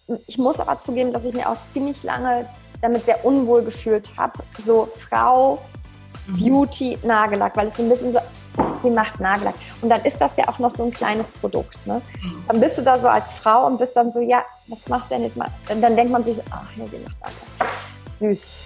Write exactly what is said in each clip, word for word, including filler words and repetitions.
Ich muss aber zugeben, dass ich mir auch ziemlich lange damit sehr unwohl gefühlt habe. So Frau, mhm. Beauty, Nagellack, weil es so ein bisschen so, sie macht Nagellack. Und dann ist das ja auch noch so ein kleines Produkt. Ne? Mhm. Dann bist du da so als Frau und bist dann so, ja, was machst du denn jetzt mal? Und dann denkt man sich, ach ja, sie macht Nagellack. Süß.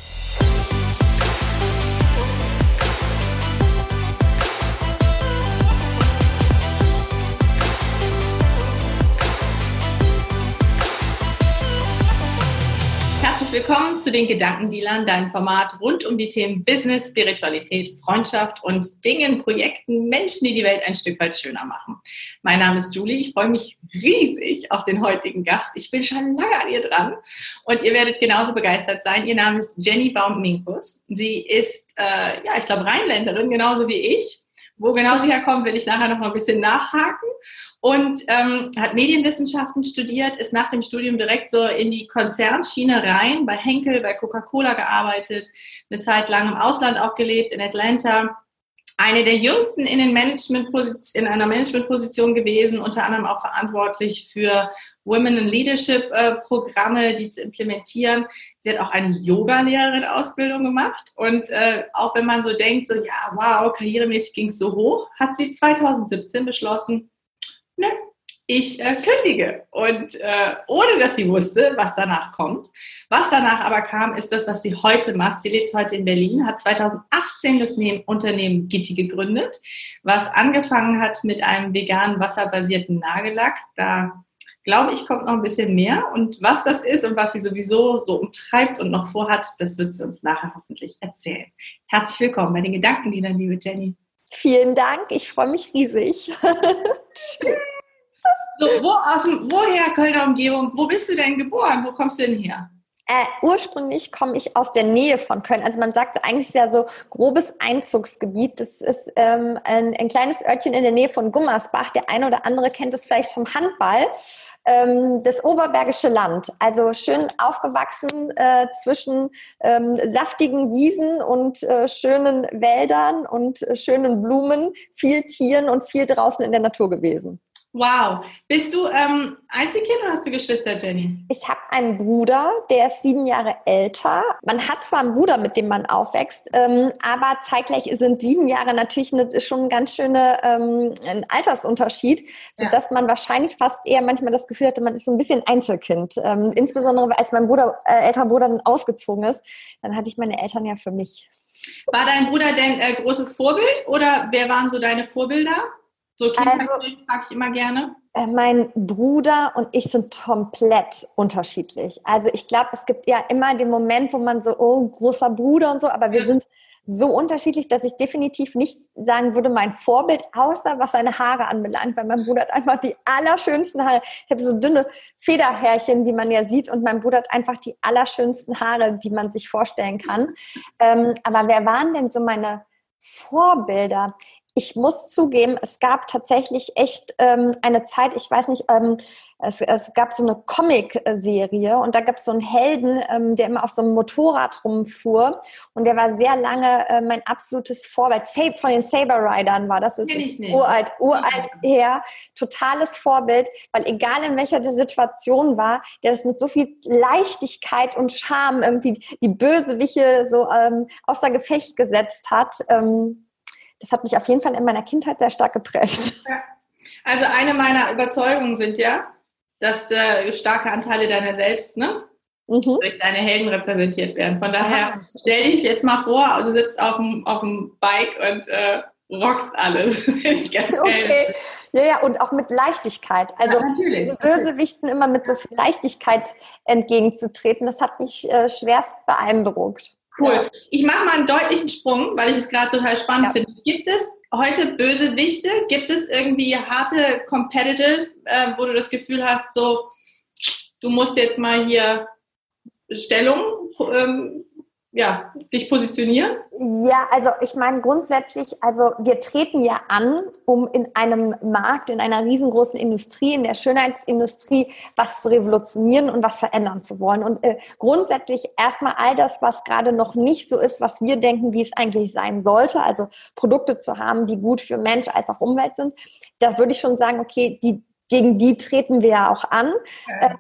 Willkommen zu den Gedankendealern, deinem Format rund um die Themen Business, Spiritualität, Freundschaft und Dingen, Projekten, Menschen, die die Welt ein Stück weit schöner machen. Mein Name ist Julie, ich freue mich riesig auf den heutigen Gast. Ich bin schon lange an ihr dran und ihr werdet genauso begeistert sein. Ihr Name ist Jenny Baum-Minkus. Sie ist, äh, ja, ich glaube, Rheinländerin, genauso wie ich. Wo genau sie herkommt, will ich nachher noch mal ein bisschen nachhaken. Und ähm, hat Medienwissenschaften studiert, ist nach dem Studium direkt so in die Konzernschiene rein, bei Henkel, bei Coca-Cola gearbeitet, eine Zeit lang im Ausland auch gelebt, in Atlanta. Eine der jüngsten in, den Managementposition, in einer Managementposition gewesen, unter anderem auch verantwortlich für Women in Leadership äh, Programme, die zu implementieren. Sie hat auch eine Yoga-Lehrerin-Ausbildung gemacht und äh, auch wenn man so denkt, so ja, wow, karrieremäßig ging es so hoch, hat sie zwanzig siebzehn beschlossen, ne, ich äh, kündige. Und äh, ohne, dass sie wusste, was danach kommt. Was danach aber kam, ist das, was sie heute macht. Sie lebt heute in Berlin, hat zwanzig achtzehn das Unternehmen Gitti gegründet, was angefangen hat mit einem veganen, wasserbasierten Nagellack. Da, glaube ich, kommt noch ein bisschen mehr. Und was das ist und was sie sowieso so umtreibt und noch vorhat, das wird sie uns nachher hoffentlich erzählen. Herzlich willkommen bei den Gedankendealern, liebe Jenny. Vielen Dank, ich freue mich riesig. So, wo aus dem, woher, Kölner Umgebung, wo bist du denn geboren? Wo kommst du denn her? Äh, ursprünglich komme ich aus der Nähe von Köln. Also man sagt eigentlich ja so grobes Einzugsgebiet. Das ist ähm, ein, ein kleines Örtchen in der Nähe von Gummersbach. Der eine oder andere kennt es vielleicht vom Handball. Ähm, das Oberbergische Land. Also schön aufgewachsen äh, zwischen ähm, saftigen Wiesen und äh, schönen Wäldern und äh, schönen Blumen, viel Tieren und viel draußen in der Natur gewesen. Wow. Bist du ähm, Einzelkind oder hast du Geschwister, Jenny? Ich habe einen Bruder, der ist sieben Jahre älter. Man hat zwar einen Bruder, mit dem man aufwächst, ähm, aber zeitgleich sind sieben Jahre natürlich eine, schon ein ganz schöner ähm, ein Altersunterschied, sodass ja. man wahrscheinlich fast eher manchmal das Gefühl hatte, man ist so ein bisschen Einzelkind. Ähm, insbesondere als mein Bruder, äh, älterer Bruder dann ausgezogen ist, dann hatte ich meine Eltern ja für mich. War dein Bruder denn äh, großes Vorbild oder wer waren so deine Vorbilder? So Kindheitsbild also, frage ich immer gerne. Äh, mein Bruder und ich sind komplett unterschiedlich. Also ich glaube, es gibt ja immer den Moment, wo man so, oh, großer Bruder und so, aber wir ja. sind so unterschiedlich, dass ich definitiv nicht sagen würde, mein Vorbild, außer was seine Haare anbelangt, weil mein Bruder hat einfach die allerschönsten Haare. Ich habe so dünne Federhärchen, wie man ja sieht, und mein Bruder hat einfach die allerschönsten Haare, die man sich vorstellen kann. Ähm, aber wer waren denn so meine Vorbilder? Ich muss zugeben, es gab tatsächlich echt ähm, eine Zeit, ich weiß nicht, ähm, es, es gab so eine Comic-Serie und da gab es so einen Helden, ähm, der immer auf so einem Motorrad rumfuhr und der war sehr lange äh, mein absolutes Vorbild. Sabe, von den Saber Riders war das, das ist uralt, uralt her, totales Vorbild, weil egal in welcher der Situation war, der das mit so viel Leichtigkeit und Charme irgendwie die Bösewichte so ähm, außer Gefecht gesetzt hat. Ähm, Das hat mich auf jeden Fall in meiner Kindheit sehr stark geprägt. Also eine meiner Überzeugungen sind ja, dass äh, starke Anteile deiner selbst ne, mhm. durch deine Helden repräsentiert werden. Von daher ah. stell dich jetzt mal vor, du sitzt auf dem, auf dem Bike und äh, rockst alles. Das finde ich ganz geil. Okay. Ja, ja, und auch mit Leichtigkeit. Also ja, natürlich. Bösewichten immer mit so viel Leichtigkeit entgegenzutreten, das hat mich äh, schwerst beeindruckt. Cool. Ja. Ich mache mal einen deutlichen Sprung, weil ich es gerade total spannend ja. finde. Gibt es heute Bösewichte? Gibt es irgendwie harte Competitors, äh, wo du das Gefühl hast, so, du musst jetzt mal hier Stellung ähm, ja, dich positionieren? Ja, also ich meine grundsätzlich, also wir treten ja an, um in einem Markt, in einer riesengroßen Industrie, in der Schönheitsindustrie was zu revolutionieren und was verändern zu wollen. Und äh, grundsätzlich erstmal all das, was gerade noch nicht so ist, was wir denken, wie es eigentlich sein sollte, also Produkte zu haben, die gut für Mensch als auch Umwelt sind, da würde ich schon sagen, okay, die, gegen die treten wir ja auch an. Ja. Äh,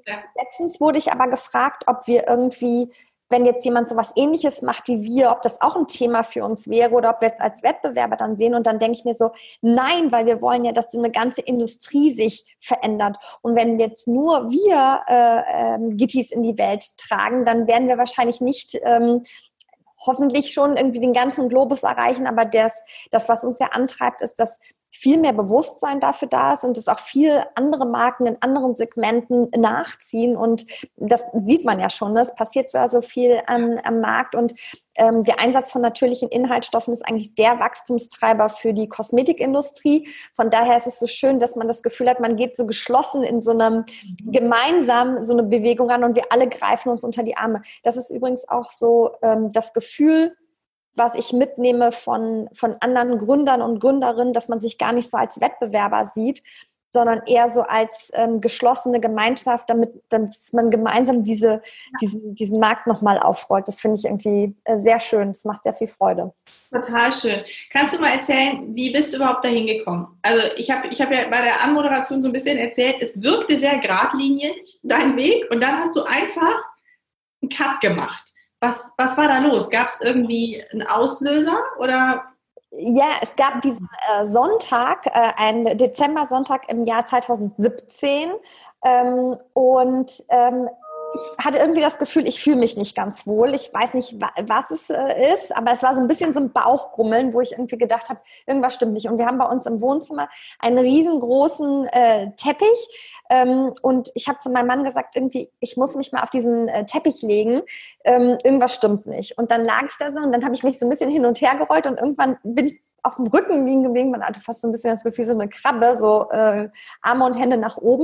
Ja. Letztens wurde ich aber gefragt, ob wir irgendwie, wenn jetzt jemand so was Ähnliches macht wie wir, ob das auch ein Thema für uns wäre oder ob wir es als Wettbewerber dann sehen. Und dann denke ich mir so, nein, weil wir wollen ja, dass so eine ganze Industrie sich verändert. Und wenn jetzt nur wir äh, ähm, Gittis in die Welt tragen, dann werden wir wahrscheinlich nicht ähm, hoffentlich schon irgendwie den ganzen Globus erreichen. Aber das, das, was uns ja antreibt, ist, dass viel mehr Bewusstsein dafür da ist und dass auch viele andere Marken in anderen Segmenten nachziehen. Und das sieht man ja schon, es passiert ja so viel am, am Markt. Und ähm, der Einsatz von natürlichen Inhaltsstoffen ist eigentlich der Wachstumstreiber für die Kosmetikindustrie. Von daher ist es so schön, dass man das Gefühl hat, man geht so geschlossen in so einem gemeinsam so eine Bewegung an und wir alle greifen uns unter die Arme. Das ist übrigens auch so ähm, das Gefühl, was ich mitnehme von, von anderen Gründern und Gründerinnen, dass man sich gar nicht so als Wettbewerber sieht, sondern eher so als ähm, geschlossene Gemeinschaft, damit, damit man gemeinsam diese, diesen, diesen Markt nochmal aufrollt. Das finde ich irgendwie äh, sehr schön. Das macht sehr viel Freude. Total schön. Kannst du mal erzählen, wie bist du überhaupt dahin gekommen? Also ich habe ich hab ja bei der Anmoderation so ein bisschen erzählt, es wirkte sehr geradlinig, dein Weg, und dann hast du einfach einen Cut gemacht. Was, was war da los? Gab es irgendwie einen Auslöser oder? Ja, es gab diesen äh, Sonntag, äh, einen Dezember-Sonntag im Jahr zweitausendsiebzehn ähm, und ähm, ich hatte irgendwie das Gefühl, ich fühle mich nicht ganz wohl. Ich weiß nicht, was es äh, ist, aber es war so ein bisschen so ein Bauchgrummeln, wo ich irgendwie gedacht habe, irgendwas stimmt nicht. Und wir haben bei uns im Wohnzimmer einen riesengroßen äh, Teppich ähm, und ich habe zu meinem Mann gesagt, irgendwie, ich muss mich mal auf diesen äh, Teppich legen. Ähm, irgendwas stimmt nicht. Und dann lag ich da so und dann habe ich mich so ein bisschen hin und her gerollt und irgendwann bin ich auf dem Rücken liegen geblieben. Man hatte fast so ein bisschen das Gefühl, so eine Krabbe, so äh, Arme und Hände nach oben.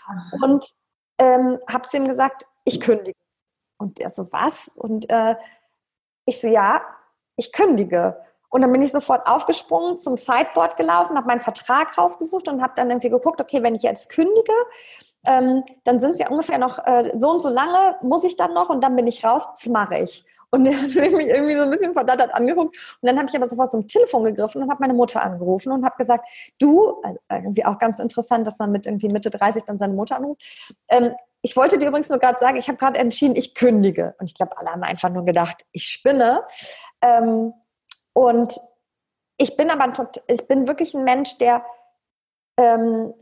Und ähm, habe zu ihm gesagt, ich kündige. Und er so, was? Und äh, ich so, ja, ich kündige. Und dann bin ich sofort aufgesprungen, zum Sideboard gelaufen, habe meinen Vertrag rausgesucht und habe dann irgendwie geguckt, okay, wenn ich jetzt kündige, ähm, dann sind es ja ungefähr noch äh, so und so lange, muss ich dann noch und dann bin ich raus, das mache ich. Und er hat mich irgendwie so ein bisschen verdattert angeguckt. Und dann habe ich aber sofort zum Telefon gegriffen und habe meine Mutter angerufen und habe gesagt, du, also irgendwie auch ganz interessant, dass man mit irgendwie Mitte dreißig dann seine Mutter anruft, ähm, ich wollte dir übrigens nur gerade sagen, ich habe gerade entschieden, ich kündige. Und ich glaube, alle haben einfach nur gedacht, ich spinne. Ähm, und ich bin aber, ich bin wirklich ein Mensch, der, ähm,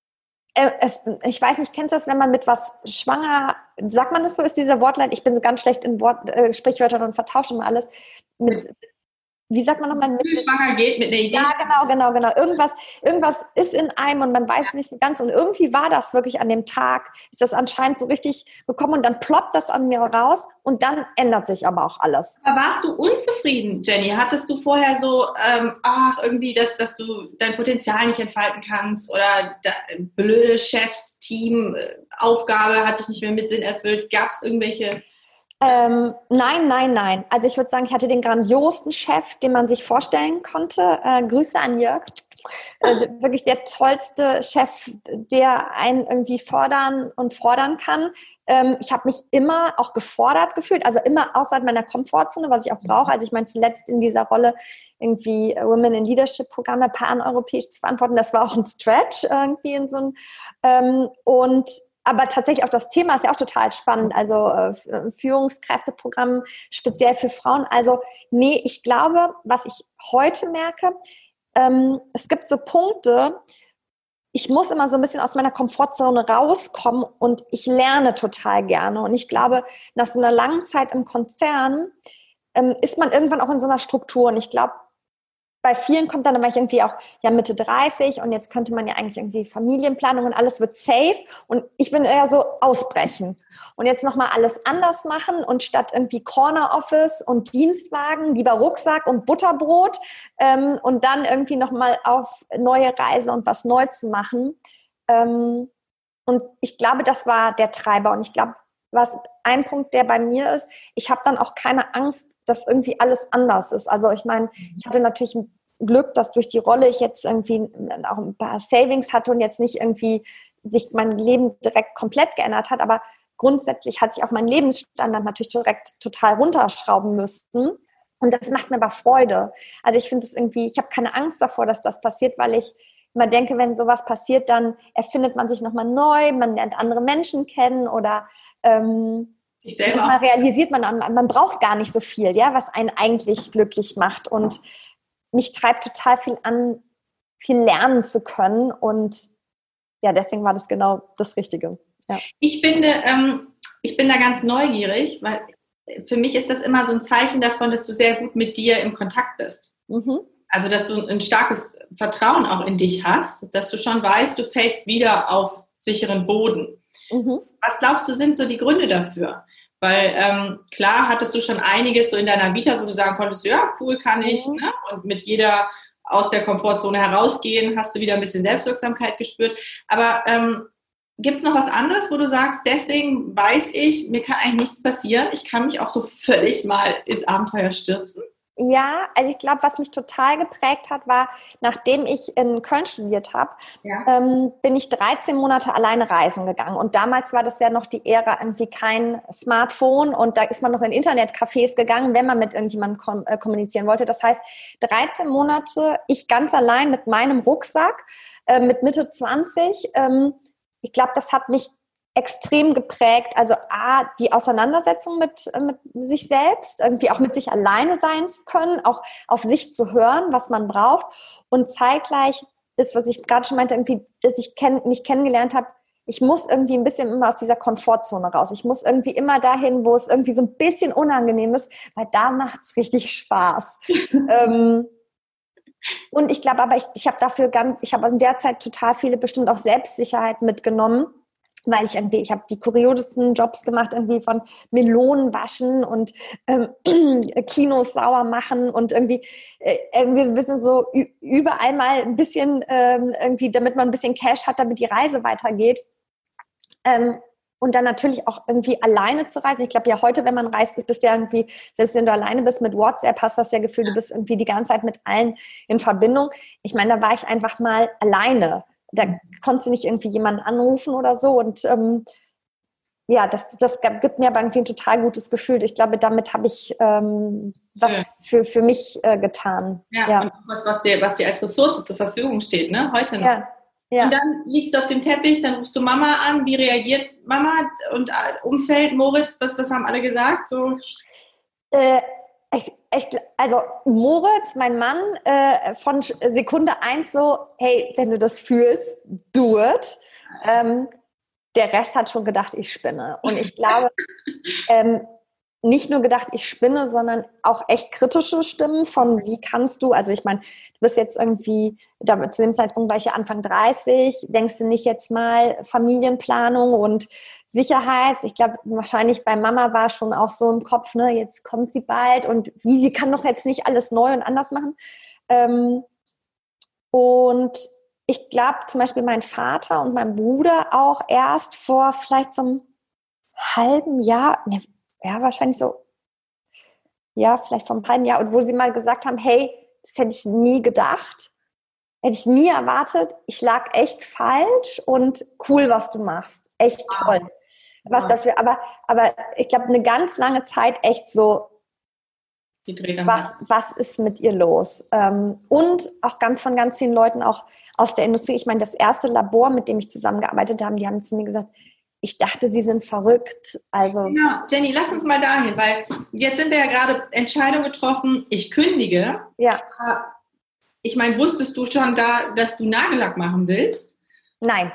äh, es, ich weiß nicht, kennst du das, wenn man mit was schwanger, sagt man das so, ist dieser Wortlaut, ich bin ganz schlecht in Wort, äh, Sprichwörtern und vertausche immer alles, mit, wie sagt man nochmal? Mit schwanger geht mit einer Idee. Ja, genau, genau, genau. Irgendwas, irgendwas ist in einem und man weiß es nicht so ganz. Und irgendwie war das wirklich an dem Tag, ist das anscheinend so richtig gekommen und dann ploppt das an mir raus und dann ändert sich aber auch alles. Aber warst du unzufrieden, Jenny? Hattest du vorher so, ähm, ach, irgendwie, dass, dass du dein Potenzial nicht entfalten kannst oder da, blöde Chefs, Team, Aufgabe hat dich nicht mehr mit Sinn erfüllt? Gab es irgendwelche... Ähm, nein, nein, nein. Also ich würde sagen, ich hatte den grandiosten Chef, den man sich vorstellen konnte. Äh, Grüße an Jörg. Äh, wirklich der tollste Chef, der einen irgendwie fordern und fordern kann. Ähm, ich habe mich immer auch gefordert gefühlt, also immer außerhalb meiner Komfortzone, was ich auch brauche. Also ich meine, zuletzt in dieser Rolle irgendwie Women in Leadership Programme paneuropäisch zu verantworten, das war auch ein Stretch irgendwie in so einem ähm, und aber tatsächlich auch das Thema ist ja auch total spannend, also äh, Führungskräfteprogramm speziell für Frauen. Also nee, ich glaube, was ich heute merke, ähm, es gibt so Punkte, ich muss immer so ein bisschen aus meiner Komfortzone rauskommen und ich lerne total gerne. Und ich glaube, nach so einer langen Zeit im Konzern ähm, ist man irgendwann auch in so einer Struktur. Und ich glaube, bei vielen kommt dann aber irgendwie auch ja Mitte dreißig und jetzt könnte man ja eigentlich irgendwie Familienplanung und alles wird safe und ich bin eher so ausbrechen und jetzt nochmal alles anders machen und statt irgendwie Corner Office und Dienstwagen lieber Rucksack und Butterbrot ähm, und dann irgendwie nochmal auf neue Reise und was neu zu machen. Ähm, und ich glaube, das war der Treiber und ich glaube, was ein Punkt, der bei mir ist, ich habe dann auch keine Angst, dass irgendwie alles anders ist. Also ich meine, ich hatte natürlich ein Glück, dass durch die Rolle ich jetzt irgendwie auch ein paar Savings hatte und jetzt nicht irgendwie sich mein Leben direkt komplett geändert hat, aber grundsätzlich hat sich auch mein Lebensstandard natürlich direkt total runterschrauben müssen. Und das macht mir aber Freude. Also ich finde es irgendwie, ich habe keine Angst davor, dass das passiert, weil ich immer denke, wenn sowas passiert, dann erfindet man sich nochmal neu, man lernt andere Menschen kennen oder ähm, ich selber manchmal realisiert man, man braucht gar nicht so viel, ja, was einen eigentlich glücklich macht. Und mich treibt total viel an, viel lernen zu können. Und ja, deswegen war das genau das Richtige. Ja. Ich finde, ähm, ich bin da ganz neugierig, weil für mich ist das immer so ein Zeichen davon, dass du sehr gut mit dir im Kontakt bist. Mhm. Also, dass du ein starkes Vertrauen auch in dich hast, dass du schon weißt, du fällst wieder auf sicheren Boden. Mhm. Was glaubst du, sind so die Gründe dafür? Weil ähm, klar hattest du schon einiges so in deiner Vita, wo du sagen konntest, ja, cool kann ich. Mhm. Ne? Und mit jeder aus der Komfortzone herausgehen, hast du wieder ein bisschen Selbstwirksamkeit gespürt. Aber ähm, gibt es noch was anderes, wo du sagst, deswegen weiß ich, mir kann eigentlich nichts passieren. Ich kann mich auch so völlig mal ins Abenteuer stürzen. Ja, also ich glaube, was mich total geprägt hat, war, nachdem ich in Köln studiert habe, ja. ähm, bin ich dreizehn Monate alleine reisen gegangen. Und damals war das ja noch die Ära, irgendwie kein Smartphone und da ist man noch in Internetcafés gegangen, wenn man mit irgendjemandem kom- äh, kommunizieren wollte. Das heißt, dreizehn Monate ich ganz allein mit meinem Rucksack, äh, mit Mitte zwanzig. Ähm, ich glaube, das hat mich extrem geprägt, also A, die Auseinandersetzung mit, mit sich selbst, irgendwie auch mit sich alleine sein zu können, auch auf sich zu hören, was man braucht und zeitgleich ist, was ich gerade schon meinte, irgendwie, dass ich kenn, mich kennengelernt habe, ich muss irgendwie ein bisschen immer aus dieser Komfortzone raus. Ich muss irgendwie immer dahin, wo es irgendwie so ein bisschen unangenehm ist, weil da macht's richtig Spaß. ähm, und ich glaube aber, ich, ich habe dafür ganz, ich habe in der Zeit total viele bestimmt auch Selbstsicherheit mitgenommen, weil ich irgendwie, ich habe die kuriosesten Jobs gemacht, irgendwie von Melonen waschen und ähm, Kinos sauer machen und irgendwie, äh, irgendwie ein bisschen so ü- überall mal ein bisschen ähm, irgendwie, damit man ein bisschen Cash hat, damit die Reise weitergeht. Ähm, und dann natürlich auch irgendwie alleine zu reisen. Ich glaube ja heute, wenn man reist, bist du ja irgendwie, selbst wenn du alleine bist mit WhatsApp, hast du das ja Gefühl, du bist irgendwie die ganze Zeit mit allen in Verbindung. Ich meine, da war ich einfach mal alleine. Da konntest du nicht irgendwie jemanden anrufen oder so und ähm, ja, das, das gibt mir aber irgendwie ein total gutes Gefühl. Ich glaube, damit habe ich ähm, was ja. für, für mich äh, getan. Ja, ja. Und was, was, dir, was dir als Ressource zur Verfügung steht, ne? Heute noch. Ja. Ja. Und dann liegst du auf dem Teppich, dann rufst du Mama an. Wie reagiert Mama und Umfeld, Moritz? Was, was haben alle gesagt? So? Äh, ich, ich, also Moritz, mein Mann, äh, von Sekunde eins so, hey, wenn du das fühlst, do it. Ähm, der Rest hat schon gedacht, ich spinne. Und ich glaube, ähm, nicht nur gedacht, ich spinne, sondern auch echt kritische Stimmen von, wie kannst du, also ich meine, du bist jetzt irgendwie, damit, zu dem Zeitpunkt war ich ja Anfang dreißig, denkst du nicht jetzt mal Familienplanung und Sicherheit? Ich glaube, wahrscheinlich bei Mama war schon auch so im Kopf, ne, jetzt kommt sie bald und wie, sie kann doch jetzt nicht alles neu und anders machen. Ähm, und ich glaube zum Beispiel mein Vater und mein Bruder auch erst vor vielleicht so einem halben Jahr, ne, ja, wahrscheinlich so, ja, vielleicht vor einem halben Jahr, und wo sie mal gesagt haben, hey, das hätte ich nie gedacht, hätte ich nie erwartet, ich lag echt falsch und cool, was du machst, echt toll. Wow. Was wow. dafür, aber, aber ich glaube, eine ganz lange Zeit echt so, was, was ist mit ihr los? Und auch ganz von ganz vielen Leuten auch aus der Industrie, ich meine, das erste Labor, mit dem ich zusammengearbeitet habe, die haben zu mir gesagt, ich dachte, sie sind verrückt. Also genau, Jenny, lass uns mal dahin, weil jetzt sind wir ja gerade Entscheidung getroffen, ich kündige. Ja. Ich meine, wusstest du schon da, dass du Nagellack machen willst? Nein.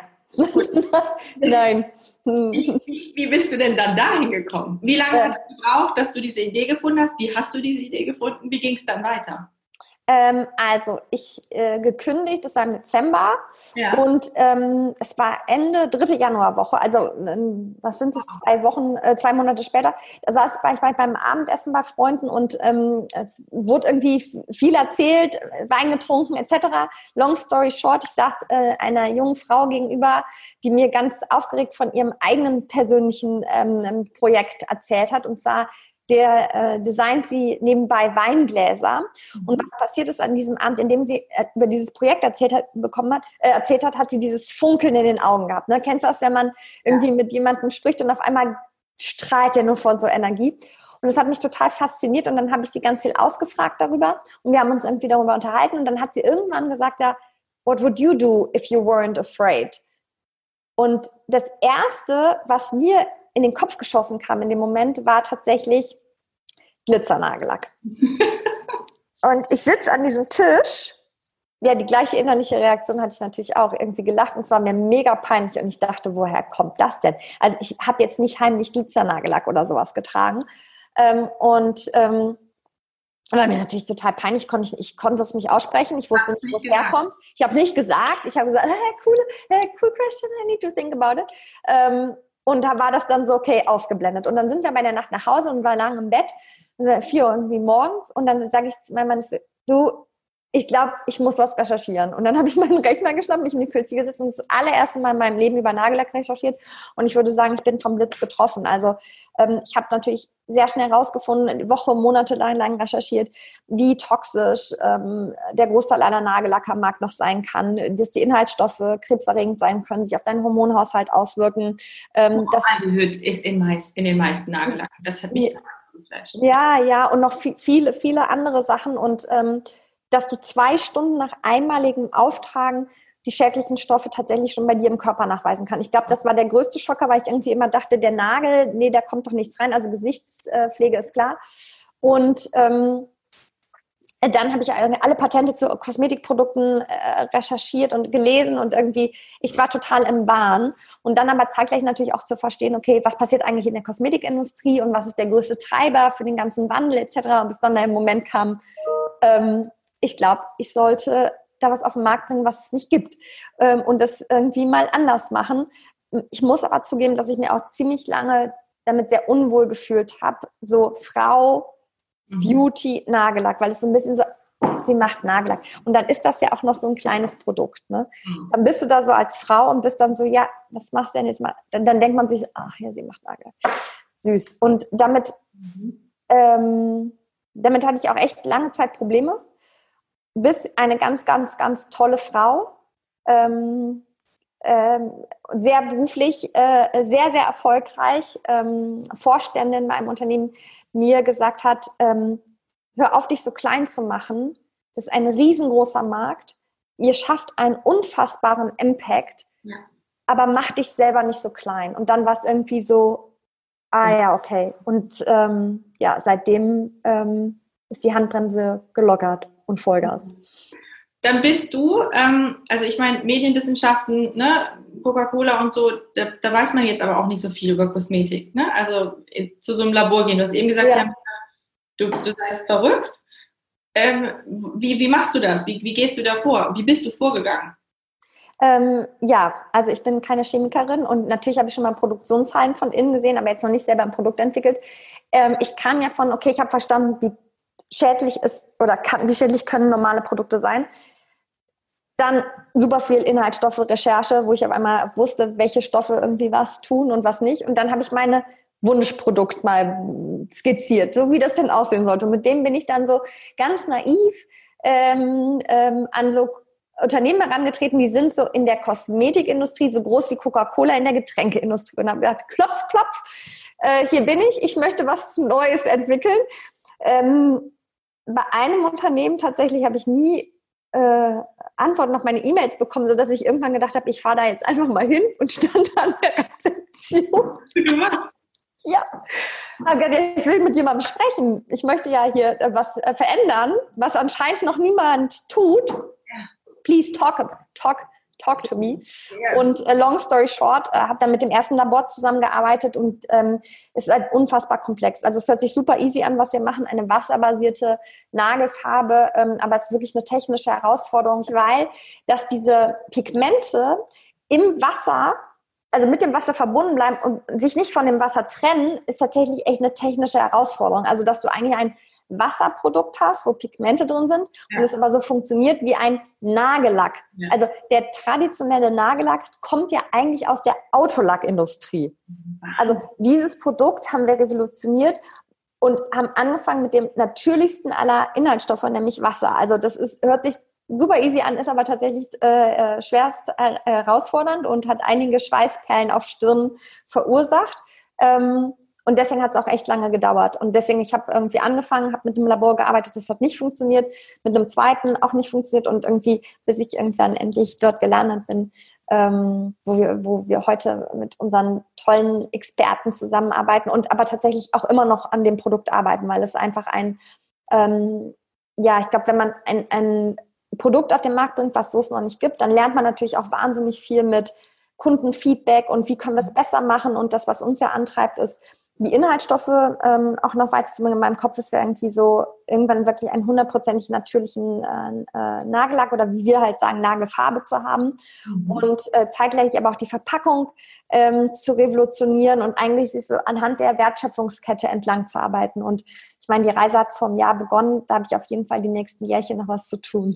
Nein. Wie, wie, wie bist du denn dann dahin gekommen? Wie lange äh, hat es gebraucht, dass du diese Idee gefunden hast? Wie hast du diese Idee gefunden? Wie ging es dann weiter? Ähm, also ich äh, gekündigt, das war im Dezember ja. und ähm, es war Ende dritte Januarwoche, also ähm, was sind es, zwei Wochen, äh, zwei Monate später, da saß ich bei, beim Abendessen bei Freunden und ähm, es wurde irgendwie viel erzählt, Wein getrunken et cetera. Long story short, ich saß äh, einer jungen Frau gegenüber, die mir ganz aufgeregt von ihrem eigenen persönlichen ähm, Projekt erzählt hat, und zwar der äh, designt sie nebenbei Weingläser. Mhm. Und was passiert ist an diesem Abend, in dem sie äh, über dieses Projekt erzählt hat, bekommen hat, äh, erzählt hat, hat sie dieses Funkeln in den Augen gehabt. Ne? Kennst du das, wenn man irgendwie ja. mit jemandem spricht und auf einmal strahlt der nur von so Energie? Und das hat mich total fasziniert, und dann habe ich sie ganz viel ausgefragt darüber und wir haben uns irgendwie darüber unterhalten, und dann hat sie irgendwann gesagt, ja, what would you do if you weren't afraid? Und das Erste, was mir in den Kopf geschossen kam in dem Moment, war tatsächlich Glitzernagellack. Und ich sitze an diesem Tisch. Ja, die gleiche innerliche Reaktion hatte ich natürlich auch. Irgendwie gelacht und es war mir mega peinlich und ich dachte, woher kommt das denn? Also ich habe jetzt nicht heimlich Glitzernagellack oder sowas getragen. Ähm, und ähm, war mir natürlich total peinlich. Ich konnte, ich konnte es nicht aussprechen. Ich wusste nicht, wo es herkommt. Ich habe es nicht gesagt. Ich habe gesagt, hey, cool, hey, cool question, I need to think about it. Ähm, und da war das dann so, okay, ausgeblendet. Und dann sind wir bei der Nacht nach Hause und waren lang im Bett. vier Uhr irgendwie morgens. Und dann sage ich zu meinem Mann, du, ich glaube, ich muss was recherchieren. Und dann habe ich meinen Rechner geschnappt, mich in die Küche gesetzt und das allererste Mal in meinem Leben über Nagellack recherchiert. Und ich würde sagen, ich bin vom Blitz getroffen. Also ähm, ich habe natürlich sehr schnell herausgefunden, eine Woche, Monate lang, lang recherchiert, wie toxisch ähm, der Großteil aller Nagellack am Markt noch sein kann, dass die Inhaltsstoffe krebserregend sein können, sich auf deinen Hormonhaushalt auswirken. Ähm, das ist in, meist, in den meisten Nagellacken. Das hat mich damals geflasht. Ja, ja, und noch viel, viele, viele andere Sachen. Und ähm, dass du zwei Stunden nach einmaligem Auftragen die schädlichen Stoffe tatsächlich schon bei dir im Körper nachweisen kann. Ich glaube, das war der größte Schocker, weil ich irgendwie immer dachte, der Nagel, nee, da kommt doch nichts rein. Also Gesichtspflege ist klar. Und ähm, dann habe ich alle Patente zu Kosmetikprodukten äh, recherchiert und gelesen und irgendwie, ich war total im Wahn. Und dann aber zeitgleich natürlich auch zu verstehen, okay, was passiert eigentlich in der Kosmetikindustrie und was ist der größte Treiber für den ganzen Wandel et cetera. Und bis dann der Moment kam, ähm, ich glaube, ich sollte da was auf den Markt bringen, was es nicht gibt. Ähm, und das irgendwie mal anders machen. Ich muss aber zugeben, dass ich mir auch ziemlich lange damit sehr unwohl gefühlt habe. So Frau, mhm. Beauty, Nagellack, weil es so ein bisschen so, sie macht Nagellack. Und dann ist das ja auch noch so ein kleines Produkt. Ne? Mhm. Dann bist du da so als Frau und bist dann so, ja, was machst du denn jetzt mal? Dann, dann denkt man sich, ach ja, sie macht Nagellack. Süß. Und damit, mhm. ähm, damit hatte ich auch echt lange Zeit Probleme. Bis eine ganz, ganz, ganz tolle Frau, ähm, ähm, sehr beruflich, äh, sehr, sehr erfolgreich, ähm, Vorständin bei einem Unternehmen, mir gesagt hat, ähm, hör auf, dich so klein zu machen. Das ist ein riesengroßer Markt. Ihr schafft einen unfassbaren Impact, ja. aber mach dich selber nicht so klein. Und dann war es irgendwie so, ah ja, okay. Und ähm, ja, seitdem ähm, ist die Handbremse gelockert. Und Vollgas. Dann bist du, ähm, also ich meine, Medienwissenschaften, ne, Coca-Cola und so, da, da weiß man jetzt aber auch nicht so viel über Kosmetik. Ne? Also in, zu so einem Labor gehen. Du hast eben gesagt, ja. Ja, du, du seist verrückt. Ähm, wie, wie machst du das? Wie, wie gehst du da vor? Wie bist du vorgegangen? Ähm, ja, also ich bin keine Chemikerin und natürlich habe ich schon mal Produktionszahlen von innen gesehen, aber jetzt noch nicht selber ein Produkt entwickelt. Ähm, ich kam ja von, okay, ich habe verstanden, wie schädlich ist oder kann, wie schädlich können normale Produkte sein. Dann super viel Inhaltsstoffe, Recherche, wo ich auf einmal wusste, welche Stoffe irgendwie was tun und was nicht. Und dann habe ich meine Wunschprodukt mal skizziert, so wie das denn aussehen sollte. Und mit dem bin ich dann so ganz naiv ähm, ähm, an so Unternehmen herangetreten, die sind so in der Kosmetikindustrie so groß wie Coca-Cola in der Getränkeindustrie. Und habe gesagt, klopf, klopf, äh, hier bin ich, ich möchte was Neues entwickeln. Ähm, bei einem Unternehmen tatsächlich habe ich nie äh, Antworten auf meine E-Mails bekommen, sodass ich irgendwann gedacht habe, ich fahre da jetzt einfach mal hin und stand an der Rezeption. Ja, ich will mit jemandem sprechen. Ich möchte ja hier was äh, verändern, was anscheinend noch niemand tut. Please talk, talk, talk to me. Yes. Und äh, long story short, äh, habe dann mit dem ersten Labor zusammengearbeitet und ähm, es ist halt unfassbar komplex. Also es hört sich super easy an, was wir machen, eine wasserbasierte Nagelfarbe, ähm, aber es ist wirklich eine technische Herausforderung, weil dass diese Pigmente im Wasser, also mit dem Wasser verbunden bleiben und sich nicht von dem Wasser trennen, ist tatsächlich echt eine technische Herausforderung. Also dass du eigentlich ein Wasserprodukt hast, wo Pigmente drin sind ja. und es aber so funktioniert wie ein Nagellack. Ja. Also der traditionelle Nagellack kommt ja eigentlich aus der Autolackindustrie. Also dieses Produkt haben wir revolutioniert und haben angefangen mit dem natürlichsten aller Inhaltsstoffe, nämlich Wasser. Also das ist, hört sich super easy an, ist aber tatsächlich äh, schwerst her- herausfordernd und hat einige Schweißperlen auf Stirn verursacht. Ähm, Und deswegen hat es auch echt lange gedauert. Und deswegen, ich habe irgendwie angefangen, habe mit einem Labor gearbeitet, das hat nicht funktioniert, mit einem zweiten auch nicht funktioniert und irgendwie, bis ich irgendwann endlich dort gelandet bin, ähm, wo wir, wo wir heute mit unseren tollen Experten zusammenarbeiten und aber tatsächlich auch immer noch an dem Produkt arbeiten, weil es einfach ein, ähm, ja, ich glaube, wenn man ein, ein Produkt auf den Markt bringt, was so es noch nicht gibt, dann lernt man natürlich auch wahnsinnig viel mit Kundenfeedback und wie können wir es besser machen. Und das, was uns ja antreibt, ist, die Inhaltsstoffe ähm, auch noch weiter zu bringen. In meinem Kopf ist ja irgendwie so, irgendwann wirklich einen hundertprozentig natürlichen äh, äh, Nagellack oder wie wir halt sagen, Nagelfarbe zu haben. Mhm. Und äh, zeitgleich aber auch die Verpackung ähm, zu revolutionieren und eigentlich sich so anhand der Wertschöpfungskette entlang zu arbeiten. Und ich meine, die Reise hat vor einem Jahr begonnen, da habe ich auf jeden Fall die nächsten Jährchen noch was zu tun.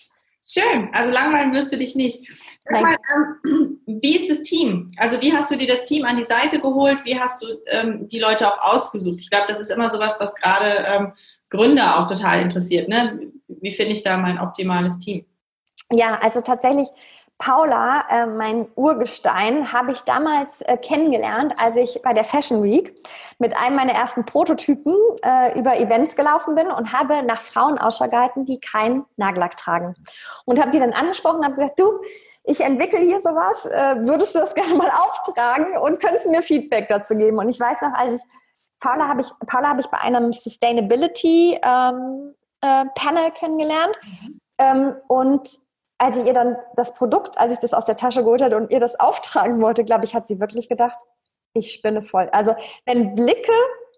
Schön, also langweilen wirst du dich nicht. Sag mal, ähm, wie ist das Team? Also wie hast du dir das Team an die Seite geholt? Wie hast du ähm, die Leute auch ausgesucht? Ich glaube, das ist immer sowas, was gerade ähm, Gründer auch total interessiert. Ne? Wie finde ich da mein optimales Team? Ja, also tatsächlich Paula, äh, mein Urgestein, habe ich damals äh, kennengelernt, als ich bei der Fashion Week mit einem meiner ersten Prototypen äh, über Events gelaufen bin und habe nach Frauen Ausschau gehalten, die keinen Nagellack tragen. Und habe die dann angesprochen und habe gesagt, du, ich entwickle hier sowas, äh, würdest du das gerne mal auftragen und könntest du mir Feedback dazu geben? Und ich weiß noch, als ich, Paula habe ich, Paula habe ich bei einem Sustainability ähm, äh, Panel kennengelernt ähm, und als ich ihr dann das Produkt, als ich das aus der Tasche geholt hatte und ihr das auftragen wollte, glaube ich, hat sie wirklich gedacht, ich spinne voll. Also wenn Blicke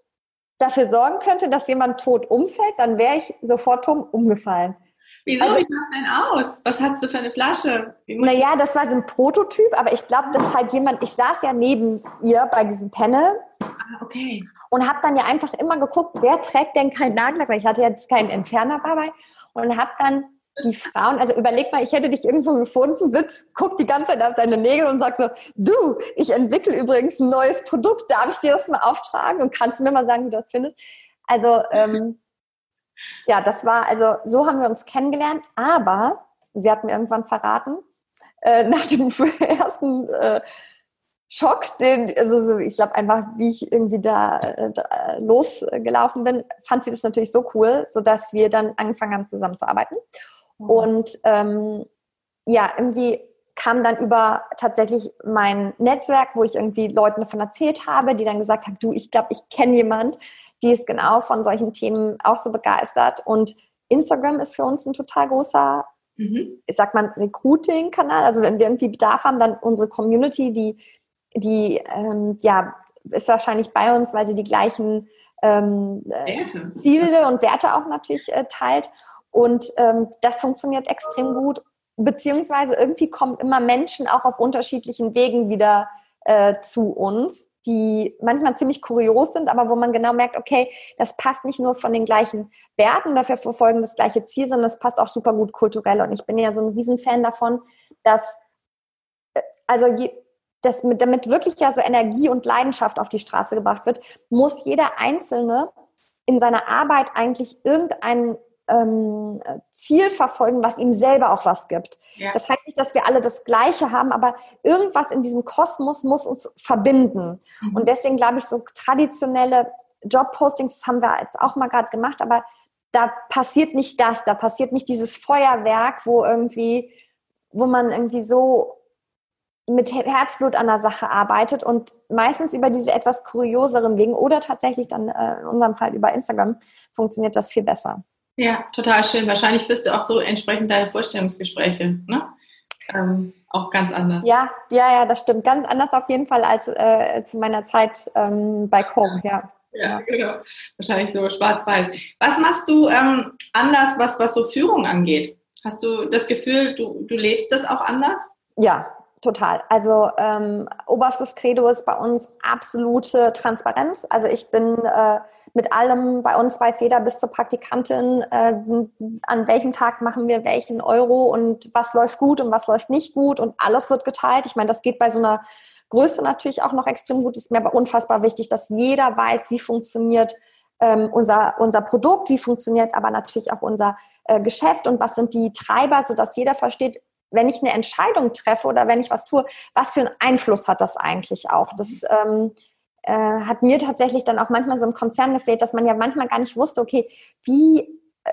dafür sorgen könnte, dass jemand tot umfällt, dann wäre ich sofort umgefallen. Wieso? Also, wie sah es denn aus? Was hattest du für eine Flasche? Naja, das war so ein Prototyp, aber ich glaube, dass halt jemand, ich saß ja neben ihr bei diesem Panel. Ah, okay. Und habe dann ja einfach immer geguckt, wer trägt denn keinen Nagellack, weil ich hatte jetzt keinen Entferner dabei und habe dann die Frauen, also überleg mal, ich hätte dich irgendwo gefunden, sitz, guck die ganze Zeit auf deine Nägel und sag so, du, ich entwickle übrigens ein neues Produkt, darf ich dir das mal auftragen und kannst du mir mal sagen, wie du das findest? Also, ähm, ja, das war, also so haben wir uns kennengelernt, aber sie hat mir irgendwann verraten, äh, nach dem ersten äh, Schock, den, also so, ich glaube einfach, wie ich irgendwie da, äh, da losgelaufen bin, fand sie das natürlich so cool, sodass wir dann angefangen haben, zusammenzuarbeiten. Und ähm, ja, irgendwie kam dann über tatsächlich mein Netzwerk, wo ich irgendwie Leuten davon erzählt habe, die dann gesagt haben, du, ich glaube, ich kenne jemand, die ist genau von solchen Themen auch so begeistert. Und Instagram ist für uns ein total großer, mhm. ich sag mal, Recruiting-Kanal. Also wenn wir irgendwie Bedarf haben, dann unsere Community, die, die ähm, ja, ist wahrscheinlich bei uns, weil sie die gleichen ähm, Werte. Ziele und Werte auch natürlich äh, teilt. Und ähm, das funktioniert extrem gut, beziehungsweise irgendwie kommen immer Menschen auch auf unterschiedlichen Wegen wieder äh, zu uns, die manchmal ziemlich kurios sind, aber wo man genau merkt, okay, das passt nicht nur von den gleichen Werten, dafür verfolgen das gleiche Ziel, sondern es passt auch super gut kulturell. Und ich bin ja so ein Riesenfan davon, dass, äh, also je, dass mit, damit wirklich ja so Energie und Leidenschaft auf die Straße gebracht wird, muss jeder Einzelne in seiner Arbeit eigentlich irgendeinen Ähm, Ziel verfolgen, was ihm selber auch was gibt. Ja. Das heißt nicht, dass wir alle das Gleiche haben, aber irgendwas in diesem Kosmos muss uns verbinden. Mhm. Und deswegen glaube ich, so traditionelle Jobpostings, das haben wir jetzt auch mal gerade gemacht, aber da passiert nicht das, da passiert nicht dieses Feuerwerk, wo irgendwie, wo man irgendwie so mit Herzblut an der Sache arbeitet und meistens über diese etwas kurioseren Wegen oder tatsächlich dann äh, in unserem Fall über Instagram funktioniert das viel besser. Ja, total schön. Wahrscheinlich führst du auch so entsprechend deine Vorstellungsgespräche, ne? Ähm, auch ganz anders. Ja, ja, ja, das stimmt. Ganz anders auf jeden Fall als äh, zu meiner Zeit ähm, bei Com, ja. Ja, ja, genau. Wahrscheinlich so schwarz-weiß. Was machst du ähm, anders, was, was so Führung angeht? Hast du das Gefühl, du, du lebst das auch anders? Ja, total. Also ähm, oberstes Credo ist bei uns absolute Transparenz. Also ich bin äh, mit allem, bei uns weiß jeder bis zur Praktikantin, äh, an welchem Tag machen wir welchen Euro und was läuft gut und was läuft nicht gut und alles wird geteilt. Ich meine, das geht bei so einer Größe natürlich auch noch extrem gut. Es ist mir aber unfassbar wichtig, dass jeder weiß, wie funktioniert ähm, unser, unser Produkt, wie funktioniert aber natürlich auch unser äh, Geschäft und was sind die Treiber, sodass jeder versteht, wenn ich eine Entscheidung treffe oder wenn ich was tue, was für einen Einfluss hat das eigentlich auch? Das, ähm, äh, hat mir tatsächlich dann auch manchmal so im Konzern gefehlt, dass man ja manchmal gar nicht wusste, okay, wie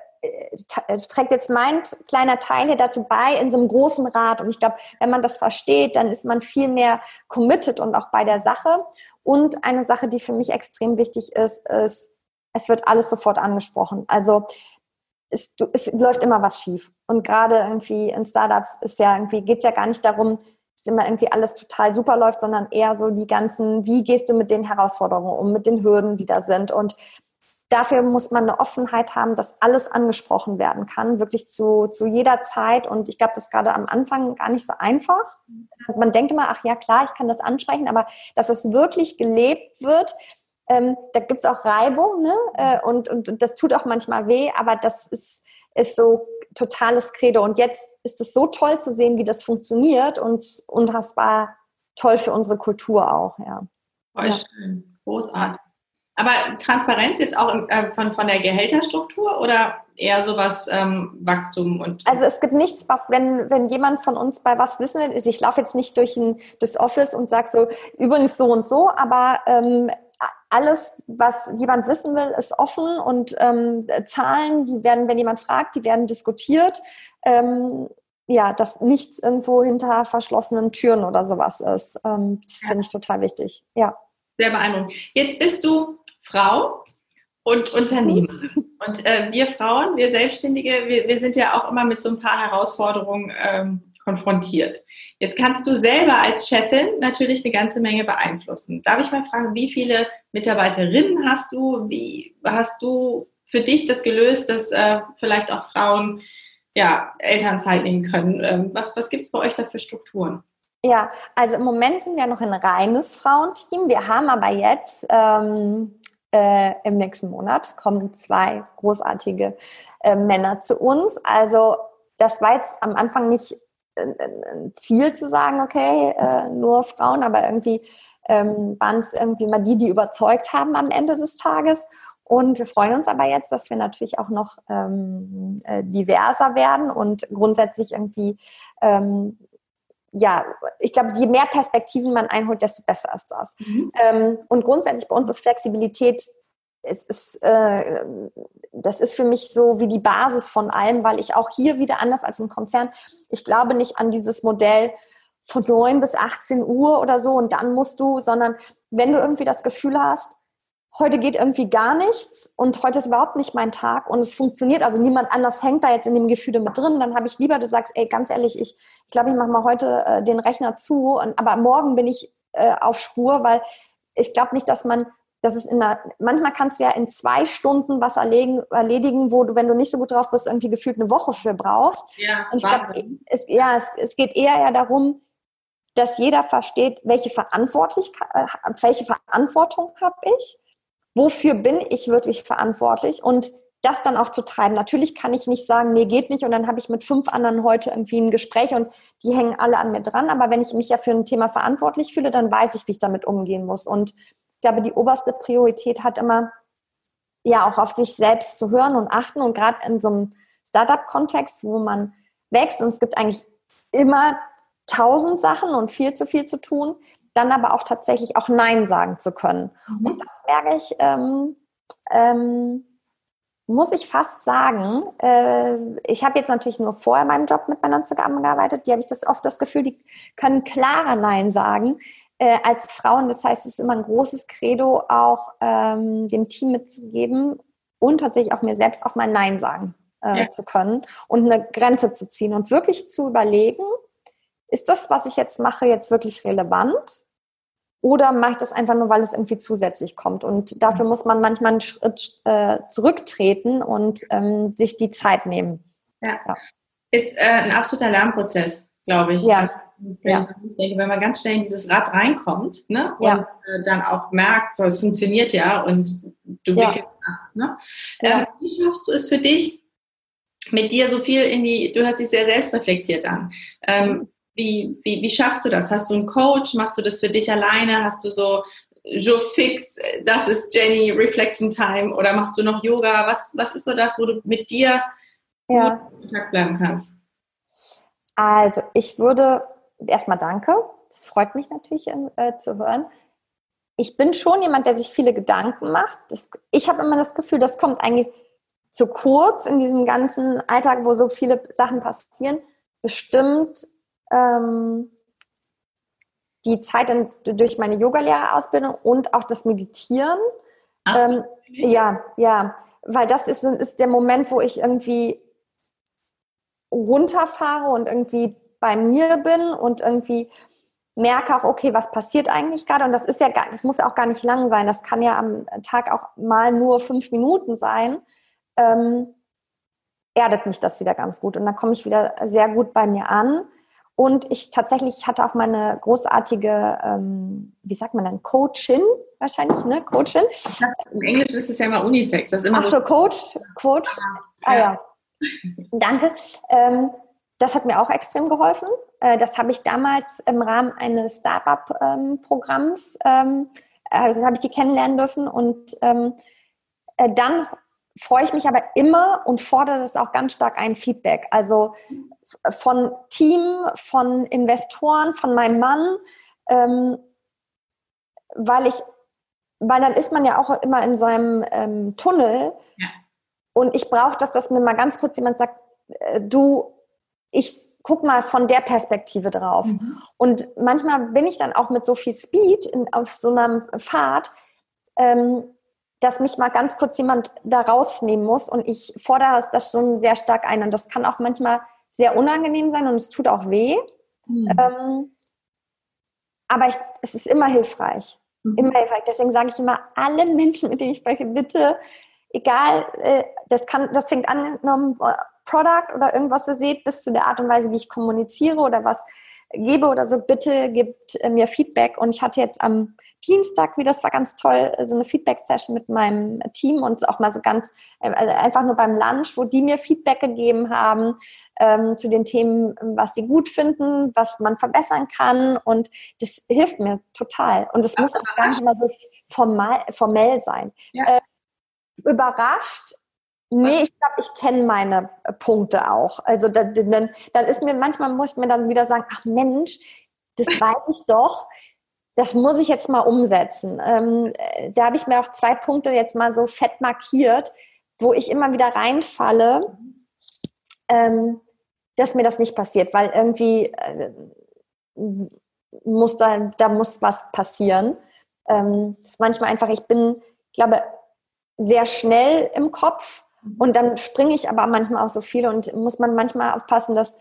äh, trägt jetzt mein kleiner Teil hier dazu bei in so einem großen Rat. Und ich glaube, wenn man das versteht, dann ist man viel mehr committed und auch bei der Sache. Und eine Sache, die für mich extrem wichtig ist, ist, es wird alles sofort angesprochen. Also es, es läuft immer was schief. Und gerade irgendwie in Startups ist ja irgendwie, geht es ja gar nicht darum, dass immer irgendwie alles total super läuft, sondern eher so die ganzen, wie gehst du mit den Herausforderungen um, mit den Hürden, die da sind. Und dafür muss man eine Offenheit haben, dass alles angesprochen werden kann, wirklich zu, zu jeder Zeit. Und ich glaube, das ist gerade am Anfang gar nicht so einfach. Man denkt immer, ach ja, klar, ich kann das ansprechen, aber dass es wirklich gelebt wird, ähm, da gibt es auch Reibung, ne? äh, und, und, und das tut auch manchmal weh, aber das ist, ist so totales Credo. Und jetzt ist es so toll zu sehen, wie das funktioniert und unfassbar toll für unsere Kultur auch. Ja. Voll Ja. schön, großartig. Aber Transparenz jetzt auch im, äh, von, von der Gehälterstruktur oder eher sowas ähm, Wachstum und... Also es gibt nichts, was, wenn, wenn jemand von uns bei was wissen will, also ich laufe jetzt nicht durch ein, das Office und sage so, übrigens so und so, aber ähm, alles, was jemand wissen will, ist offen und ähm, Zahlen, die werden, wenn jemand fragt, die werden diskutiert. Ähm, ja, dass nichts irgendwo hinter verschlossenen Türen oder sowas ist. Ähm, das Ja. finde ich total wichtig. Ja. Sehr beeindruckend. Jetzt bist du Frau und Unternehmerin. Und äh, wir Frauen, wir Selbstständige, wir, wir sind ja auch immer mit so ein paar Herausforderungen ähm, konfrontiert. Jetzt kannst du selber als Chefin natürlich eine ganze Menge beeinflussen. Darf ich mal fragen, wie viele Mitarbeiterinnen hast du? Wie hast du für dich das gelöst, dass äh, vielleicht auch Frauen ja, Elternzeit nehmen können? Ähm, was was gibt es bei euch da für Strukturen? Ja, also im Moment sind wir noch ein reines Frauenteam. Wir haben aber jetzt ähm, äh, im nächsten Monat kommen zwei großartige äh, Männer zu uns. Also das war jetzt am Anfang nicht äh, ein Ziel zu sagen, okay, äh, nur Frauen, aber irgendwie ähm, waren es irgendwie mal die, die überzeugt haben am Ende des Tages. Und wir freuen uns aber jetzt, dass wir natürlich auch noch ähm, äh, diverser werden und grundsätzlich irgendwie ähm, ja, ich glaube, je mehr Perspektiven man einholt, desto besser ist das. Mhm. Ähm, und grundsätzlich bei uns ist Flexibilität, es ist, äh, das ist für mich so wie die Basis von allem, weil ich auch hier wieder anders als im Konzern, ich glaube nicht an dieses Modell von neun bis achtzehn Uhr oder so und dann musst du, sondern wenn du irgendwie das Gefühl hast, heute geht irgendwie gar nichts und heute ist überhaupt nicht mein Tag und es funktioniert, also niemand anders hängt da jetzt in dem Gefühle mit drin, dann habe ich lieber, du sagst, ey, ganz ehrlich, ich ich glaube, ich mache mal heute äh, den Rechner zu, und, aber morgen bin ich äh, auf Spur, weil ich glaube nicht, dass man, das ist in einer, manchmal kannst du ja in zwei Stunden was erledigen, erledigen, wo du, wenn du nicht so gut drauf bist, irgendwie gefühlt eine Woche für brauchst. Ja, und ich glaube, es, ja, es, es geht eher ja darum, dass jeder versteht, welche Verantwortlichkeit, äh, welche Verantwortung habe ich, wofür bin ich wirklich verantwortlich und das dann auch zu treiben. Natürlich kann ich nicht sagen, nee, geht nicht und dann habe ich mit fünf anderen heute irgendwie ein Gespräch und die hängen alle an mir dran, aber wenn ich mich ja für ein Thema verantwortlich fühle, dann weiß ich, wie ich damit umgehen muss und ich glaube, die oberste Priorität hat immer, ja, auch auf sich selbst zu hören und achten und gerade in so einem Startup-Kontext, wo man wächst und es gibt eigentlich immer tausend Sachen und viel zu viel zu tun, dann aber auch tatsächlich auch Nein sagen zu können. Mhm. Und das merke ich, ähm, ähm, muss ich fast sagen, äh, ich habe jetzt natürlich nur vorher meinen Job mit Männern zusammengearbeitet, die habe ich das oft das Gefühl, die können klarer Nein sagen äh, als Frauen. Das heißt, es ist immer ein großes Credo, auch ähm, dem Team mitzugeben und tatsächlich auch mir selbst auch mal Nein sagen äh, ja. zu können und eine Grenze zu ziehen und wirklich zu überlegen, ist das, was ich jetzt mache, jetzt wirklich relevant? Oder mache ich das einfach nur, weil es irgendwie zusätzlich kommt? Und dafür muss man manchmal einen Schritt äh, zurücktreten und ähm, sich die Zeit nehmen. Ja, ja. Ist äh, ein absoluter Lernprozess, glaube ich. Ja. Also, wenn, ja. ich denke, wenn man ganz schnell in dieses Rad reinkommt, ne, und ja. äh, dann auch merkt, so, es funktioniert ja und du ja. wickelst ab. Ne? Ja. Ähm, wie schaffst du es für dich, mit dir so viel in die, du hast dich sehr selbstreflektiert an, ähm, mhm. Wie, wie, wie schaffst du das? Hast du einen Coach? Machst du das für dich alleine? Hast du so Joe Fix, das ist Jenny, Reflection Time oder machst du noch Yoga? Was, was ist so das, wo du mit dir ja. in Kontakt bleiben kannst? Also ich würde erstmal danke, das freut mich natürlich äh, zu hören. ich bin schon jemand, der sich viele Gedanken macht. Das, ich habe immer das Gefühl, das kommt eigentlich zu kurz in diesem ganzen Alltag, wo so viele Sachen passieren. Bestimmt ähm, die Zeit in, durch meine Yogalehrerausbildung und auch das Meditieren. Hast Ähm, du nicht? ja, ja, weil das ist, ist der Moment, wo ich irgendwie runterfahre und irgendwie bei mir bin und irgendwie merke auch, okay, was passiert eigentlich gerade? Und das ist ja gar, das muss ja auch gar nicht lang sein. Das kann ja am Tag auch mal nur fünf Minuten sein. Ähm, erdet mich das wieder ganz gut. Und dann komme ich wieder sehr gut bei mir an. Und ich tatsächlich hatte auch meine großartige, ähm, wie sagt man dann, Coachin wahrscheinlich, ne? Coachin. Im Englischen ist es ja immer Unisex. Das ist immer Ach so, Coach, Coach. Ah ja, ja. Danke. Ähm, das hat mir auch extrem geholfen. Äh, das habe ich damals im Rahmen eines Startup-Programms, ähm, äh, habe ich die kennenlernen dürfen. Und ähm, äh, dann freue ich mich aber immer und fordere das auch ganz stark ein, Feedback. Also von Team, von Investoren, von meinem Mann, ähm, weil ich, weil dann ist man ja auch immer in seinem ähm, Tunnel. Ja. Und ich brauche das, dass mir mal ganz kurz jemand sagt, äh, du, ich guck mal von der Perspektive drauf. Mhm. Und manchmal bin ich dann auch mit so viel Speed in, auf so einer Fahrt, ähm, dass mich mal ganz kurz jemand da rausnehmen muss. Und ich fordere das schon sehr stark ein. Und das kann auch manchmal sehr unangenehm sein und es tut auch weh. Mhm. Ähm, aber ich, es ist immer hilfreich. Mhm. Immer hilfreich. Deswegen sage ich immer, alle Menschen, mit denen ich spreche, bitte, egal, äh, das kann, das fängt an, um Product oder irgendwas ihr seht, bis zu der Art und Weise, wie ich kommuniziere oder was gebe oder so, bitte gebt äh, mir Feedback. Und ich hatte jetzt am Dienstag, wie das war ganz toll, so eine Feedback-Session mit meinem Team und auch mal so ganz, äh, einfach nur beim Lunch, wo die mir Feedback gegeben haben ähm, zu den Themen, was sie gut finden, was man verbessern kann, und das hilft mir total. Und es muss auch gar nicht immer so formal, formell sein. Ja. Äh, überrascht? Nee, ich glaube, ich kenne meine Punkte auch. Also dann, dann, dann ist mir, manchmal muss ich mir dann wieder sagen, ach Mensch, das weiß ich doch, das muss ich jetzt mal umsetzen. Ähm, da habe ich mir auch zwei Punkte jetzt mal so fett markiert, wo ich immer wieder reinfalle, ähm, dass mir das nicht passiert, weil irgendwie äh, muss da, da muss was passieren. Ähm, das ist manchmal einfach, ich bin, ich glaube, sehr schnell im Kopf. Und dann springe ich aber manchmal auch so viel und muss man manchmal aufpassen, dass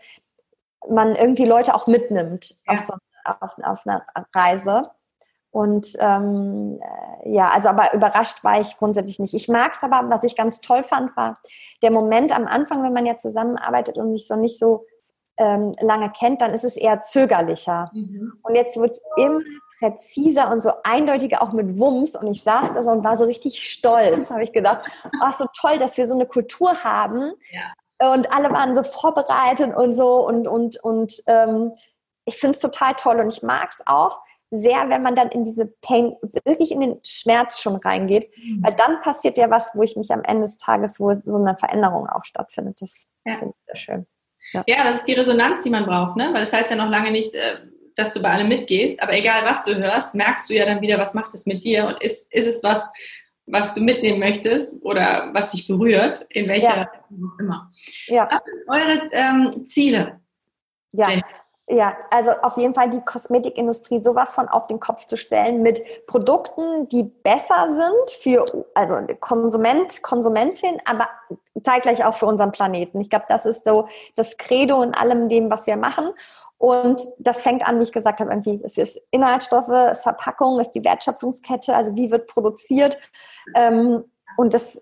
man irgendwie Leute auch mitnimmt ja. auf, so, auf, auf einer Reise. Und ähm, ja, also aber überrascht war ich grundsätzlich nicht. Ich mag es aber, was ich ganz toll fand, war der Moment am Anfang, wenn man ja zusammenarbeitet und sich so nicht so ähm, lange kennt, dann ist es eher zögerlicher. Mhm. Und jetzt wird es immer präziser und so eindeutiger, auch mit Wumms. Und ich saß da so und war so richtig stolz. Habe ich gedacht, ach, so toll, dass wir so eine Kultur haben. Ja. Und alle waren so vorbereitet und so. Und, und, und ähm, ich finde es total toll. Und ich mag es auch sehr, wenn man dann in diese Pain, wirklich in den Schmerz schon reingeht. Mhm. Weil dann passiert ja was, wo ich mich am Ende des Tages, wo so eine Veränderung auch stattfindet. Das ja. finde ich sehr schön. Ja. ja, das ist die Resonanz, die man braucht, ne? Weil das heißt ja noch lange nicht, dass du bei allem mitgehst, aber egal, was du hörst, merkst du ja dann wieder, was macht es mit dir und ist, ist es was, was du mitnehmen möchtest oder was dich berührt, in welcher ja. auch immer. Ja. Was sind eure ähm, Ziele? Ja. Jenny? Ja, also auf jeden Fall die Kosmetikindustrie sowas von auf den Kopf zu stellen mit Produkten, die besser sind für also Konsument, Konsumentin, aber zeitgleich auch für unseren Planeten. Ich glaube, das ist so das Credo in allem dem, was wir machen. Und das fängt an, wie ich gesagt habe, irgendwie, es ist Inhaltsstoffe, es ist Verpackung, es ist die Wertschöpfungskette, also wie wird produziert. Ähm, und das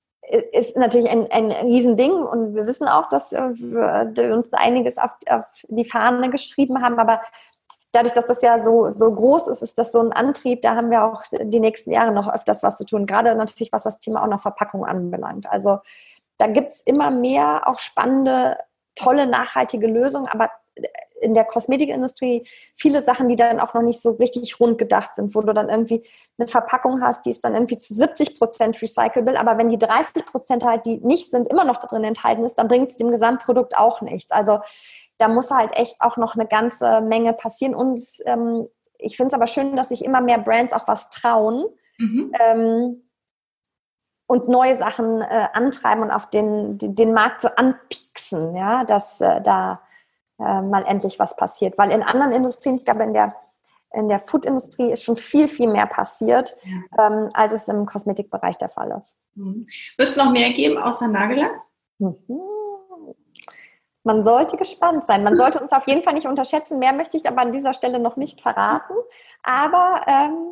ist natürlich ein, ein Riesending und wir wissen auch, dass wir uns einiges auf, auf die Fahne geschrieben haben, aber dadurch, dass das ja so, so groß ist, ist das so ein Antrieb, da haben wir auch die nächsten Jahre noch öfters was zu tun, gerade natürlich, was das Thema auch noch Verpackung anbelangt. Also da gibt es immer mehr auch spannende, tolle, nachhaltige Lösungen, aber in der Kosmetikindustrie viele Sachen, die dann auch noch nicht so richtig rund gedacht sind, wo du dann irgendwie eine Verpackung hast, die ist dann irgendwie zu siebzig Prozent recyclable, aber wenn die dreißig Prozent halt, die nicht sind, immer noch da drin enthalten ist, dann bringt es dem Gesamtprodukt auch nichts. Also da muss halt echt auch noch eine ganze Menge passieren und ähm, ich finde es aber schön, dass sich immer mehr Brands auch was trauen. Mhm. Ähm, und neue Sachen äh, antreiben und auf den, den Markt so anpieksen, ja, dass äh, da äh, mal endlich was passiert. Weil in anderen Industrien, ich glaube in der, in der Food-Industrie ist schon viel, viel mehr passiert, ja. ähm, als es im Kosmetikbereich der Fall ist. Mhm. Wird es noch mehr geben außer Nagellack? Mhm. Man sollte gespannt sein. Man sollte uns auf jeden Fall nicht unterschätzen. Mehr möchte ich aber an dieser Stelle noch nicht verraten. Aber ähm,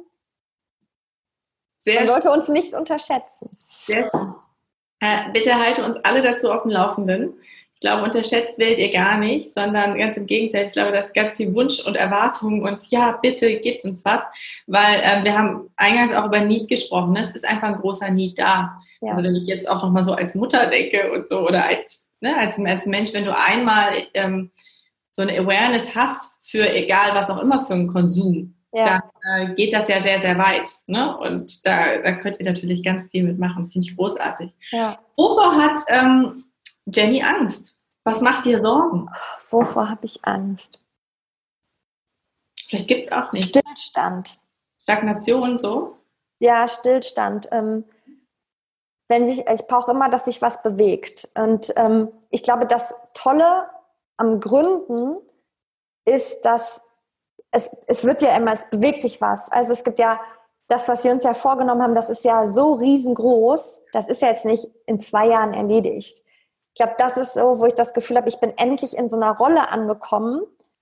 Sehr Man sollte uns nicht unterschätzen. Sehr schön. Äh, bitte halte uns alle dazu auf dem Laufenden. Ich glaube, unterschätzt werdet ihr gar nicht, sondern ganz im Gegenteil. Ich glaube, da ist ganz viel Wunsch und Erwartung und ja, bitte gebt uns was, weil äh, wir haben eingangs auch über Need gesprochen. Ne? Es ist einfach ein großer Need da. Ja. Also wenn ich jetzt auch nochmal so als Mutter denke und so oder als, ne, als, als Mensch, wenn du einmal ähm, so eine Awareness hast für egal was auch immer für einen Konsum, ja. dann äh, geht das ja sehr, sehr weit. Ne? Und da, da könnt ihr natürlich ganz viel mitmachen. Finde ich großartig. Ja. Wovor hat ähm, Jenny Angst? Was macht dir Sorgen? Wovor habe ich Angst? Vielleicht gibt es auch nicht. Stillstand. Stagnation, so? Ja, Stillstand. Ähm, wenn sich, ich brauche immer, dass sich was bewegt. Und ähm, ich glaube, das Tolle am Gründen ist, dass Es, es wird ja immer, es bewegt sich was. Also es gibt ja das, was wir uns ja vorgenommen haben, das ist ja so riesengroß, das ist ja jetzt nicht in zwei Jahren erledigt. Ich glaube, das ist so, wo ich das Gefühl habe, ich bin endlich in so einer Rolle angekommen,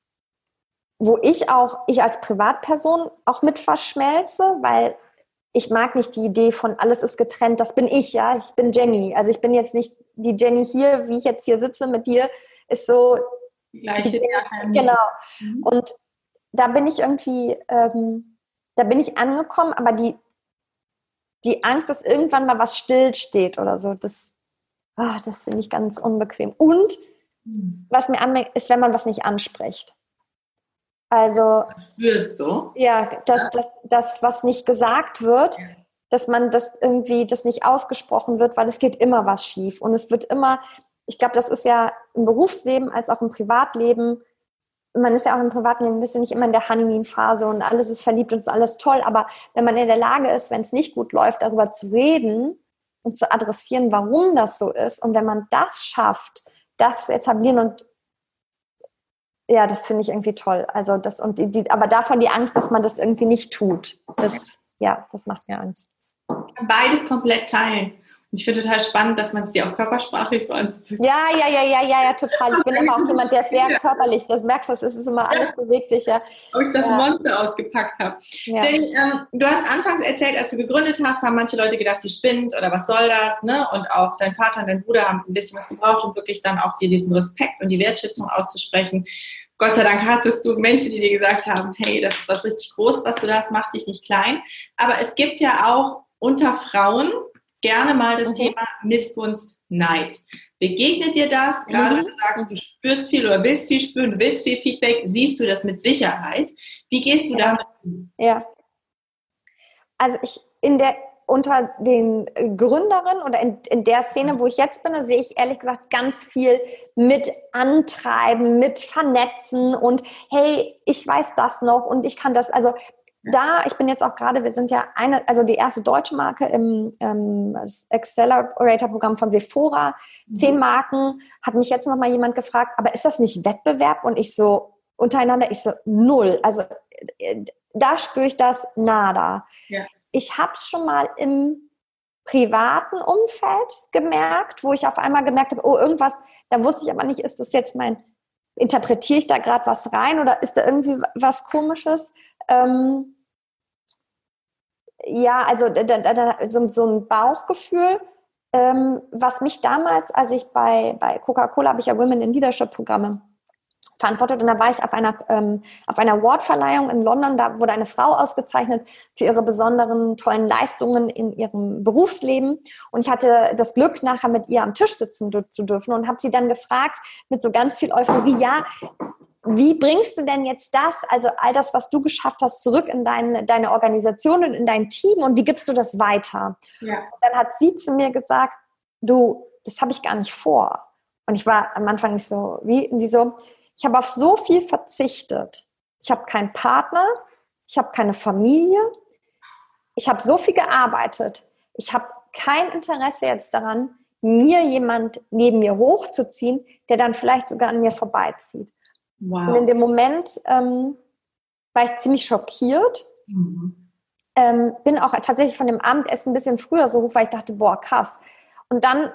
wo ich auch, ich als Privatperson auch mit verschmelze, weil ich mag nicht die Idee von alles ist getrennt, das bin ich, ja, ich bin Jenny. Also ich bin jetzt nicht die Jenny hier, wie ich jetzt hier sitze mit dir, ist so die gleiche. Die, genau. Mhm. Und da bin ich irgendwie, ähm, da bin ich angekommen, aber die, die Angst, dass irgendwann mal was stillsteht oder so, das, oh, das finde ich ganz unbequem. Und mhm. was mir anmerkt, ist, wenn man was nicht anspricht. Also, spürst so? Ja, dass das, das, was nicht gesagt wird, ja. dass man das irgendwie, das nicht ausgesprochen wird, weil es geht immer was schief. Und es wird immer, ich glaube, das ist ja im Berufsleben als auch im Privatleben, man ist ja auch im Privatleben ein bisschen nicht immer in der Honeymoon-Phase und alles ist verliebt und ist alles toll, aber wenn man in der Lage ist, wenn es nicht gut läuft, darüber zu reden und zu adressieren, warum das so ist und wenn man das schafft, das zu etablieren und ja, das finde ich irgendwie toll. Also das und die, die, aber davon die Angst, dass man das irgendwie nicht tut, das, ja, das macht mir Angst. Beides komplett teilen. Und ich finde total spannend, dass man es dir auch körpersprachlich so anzieht. Ja, ja, ja, ja, ja, ja, total. Ich bin aber auch jemand, der ist sehr körperlich. Das merkst du, es ist immer, alles bewegt sich ja. Ob ich das ja. Monster ausgepackt habe. Ja. Jenny, ähm, du hast anfangs erzählt, als du gegründet hast, haben manche Leute gedacht, die spinnt oder was soll das, ne? Und auch dein Vater und dein Bruder haben ein bisschen was gebraucht, um wirklich dann auch dir diesen Respekt und die Wertschätzung auszusprechen. Gott sei Dank hattest du Menschen, die dir gesagt haben, hey, das ist was richtig Großes, was du da hast, mach dich nicht klein. Aber es gibt ja auch unter Frauen gerne mal das mhm. Thema Missgunst, Neid. Begegnet dir das? Gerade mhm. wenn du sagst, du spürst viel oder willst viel spüren, du willst viel Feedback, siehst du das mit Sicherheit. Wie gehst du ja. damit um? Ja. Also ich in der unter den Gründerinnen oder in, in der Szene, wo ich jetzt bin, sehe ich ehrlich gesagt ganz viel mit antreiben, mit vernetzen und hey, ich weiß das noch und ich kann das, also da, ich bin jetzt auch gerade, wir sind ja eine, also die erste deutsche Marke im ähm, Accelerator-Programm von Sephora, mhm. zehn Marken, hat mich jetzt nochmal jemand gefragt, aber ist das nicht Wettbewerb? Und ich so, untereinander, ich so, null. Also da spüre ich das nada. Ja. Ich habe es schon mal im privaten Umfeld gemerkt, wo ich auf einmal gemerkt habe, oh, irgendwas, da wusste ich aber nicht, ist das jetzt mein, interpretiere ich da gerade was rein oder ist da irgendwie was Komisches? Ähm, ja, also da, da, da, so, so ein Bauchgefühl, ähm, was mich damals, als ich bei, bei Coca-Cola habe ich ja Women in Leadership Programme verantwortet und da war ich auf einer, ähm, auf einer Awardverleihung in London, da wurde eine Frau ausgezeichnet für ihre besonderen, tollen Leistungen in ihrem Berufsleben und ich hatte das Glück, nachher mit ihr am Tisch sitzen zu dürfen und habe sie dann gefragt, mit so ganz viel Euphorie, ja, wie bringst du denn jetzt das, also all das, was du geschafft hast, zurück in deine, deine Organisation und in dein Team und wie gibst du das weiter? Ja. Und dann hat sie zu mir gesagt, du, das habe ich gar nicht vor. Und ich war am Anfang nicht so, wie? Und die so, ich habe auf so viel verzichtet. Ich habe keinen Partner, ich habe keine Familie, ich habe so viel gearbeitet, ich habe kein Interesse jetzt daran, mir jemand neben mir hochzuziehen, der dann vielleicht sogar an mir vorbeizieht. Wow. Und in dem Moment ähm, war ich ziemlich schockiert. Mhm. Ähm, bin auch tatsächlich von dem Abendessen ein bisschen früher so hoch, weil ich dachte, boah, krass. Und dann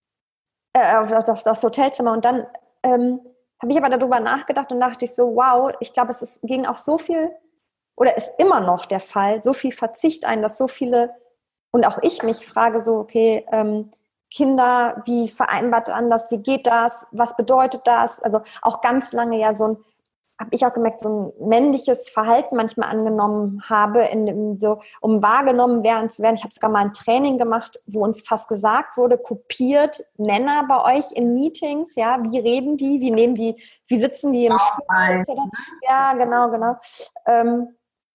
äh, auf, auf das Hotelzimmer und dann ähm, habe ich aber darüber nachgedacht und dachte ich so, wow, ich glaube, es ist, ging auch so viel, oder ist immer noch der Fall, so viel Verzicht ein, dass so viele, und auch ich mich frage so, okay, ähm, Kinder, wie vereinbart man das, wie geht das, was bedeutet das? Also auch ganz lange ja so ein, habe ich auch gemerkt, so ein männliches Verhalten manchmal angenommen habe, in dem, so, um wahrgenommen werden zu werden. Ich habe sogar mal ein Training gemacht, wo uns fast gesagt wurde, kopiert Männer bei euch in Meetings, ja, wie reden die, wie nehmen die, wie sitzen die im Stuhl, et cetera. Ja, genau, genau. Ähm,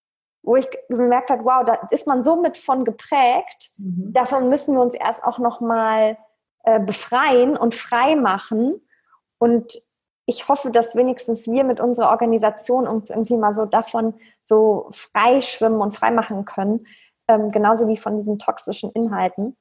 wo ich gemerkt habe, wow, da ist man so mit von geprägt, mhm. davon müssen wir uns erst auch nochmal äh, befreien und frei machen. Und ich hoffe, dass wenigstens wir mit unserer Organisation uns irgendwie mal so davon so frei schwimmen und frei machen können, ähm, genauso wie von diesen toxischen Inhalten.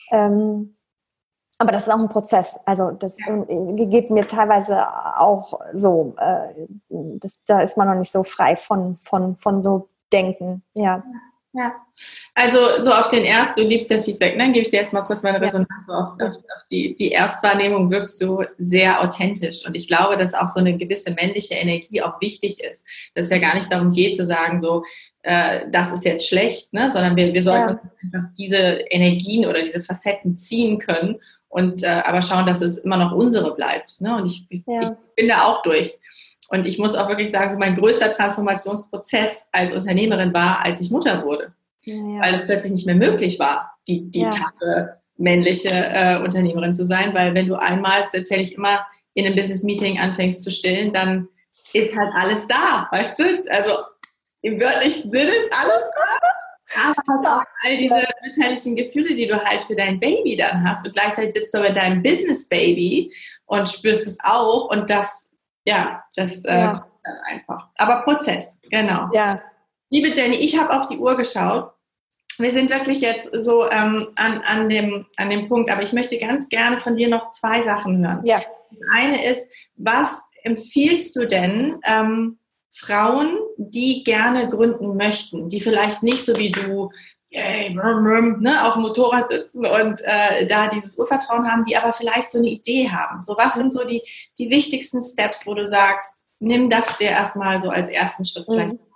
Ähm, aber das ist auch ein Prozess. Also das äh, geht mir teilweise auch so. Äh, das, da ist man noch nicht so frei von, von, von so Denken, ja. Ja, also so auf den ersten, du liebst ja Feedback, ne? Dann gebe ich dir jetzt mal kurz meine Resonanz. Ja. Auf, auf, auf die, die Erstwahrnehmung wirkst du sehr authentisch und ich glaube, dass auch so eine gewisse männliche Energie auch wichtig ist, dass es ja gar nicht darum geht zu sagen, so, äh, das ist jetzt schlecht, ne? Sondern wir, wir sollten ja. einfach diese Energien oder diese Facetten ziehen können und äh, aber schauen, dass es immer noch unsere bleibt, ne? Und ich, ja. ich bin da auch durch. Und ich muss auch wirklich sagen, so mein größter Transformationsprozess als Unternehmerin war, als ich Mutter wurde. Ja, ja. Weil es plötzlich nicht mehr möglich war, die, die ja. taffe männliche äh, Unternehmerin zu sein. Weil wenn du einmal, das erzähle ich immer, in einem Business-Meeting anfängst zu stillen, dann ist halt alles da, weißt du? Also im wörtlichen Sinne ist alles da. Aber halt auch all diese mütterlichen Gefühle, die du halt für dein Baby dann hast. Und gleichzeitig sitzt du mit deinem Business-Baby und spürst es auch. Und das Ja, das äh, ja. kommt dann einfach. Aber Prozess, genau. Ja. Liebe Jenny, ich habe auf die Uhr geschaut. Wir sind wirklich jetzt so ähm, an, an, dem, an dem Punkt, aber ich möchte ganz gerne von dir noch zwei Sachen hören. Ja. Das eine ist, was empfiehlst du denn ähm, Frauen, die gerne gründen möchten, die vielleicht nicht so wie du Yay, brum, brum, ne, auf dem Motorrad sitzen und äh, da dieses Urvertrauen haben, die aber vielleicht so eine Idee haben. So, was sind so die, die wichtigsten Steps, wo du sagst, nimm das dir erstmal so als ersten Schritt vielleicht. Mhm.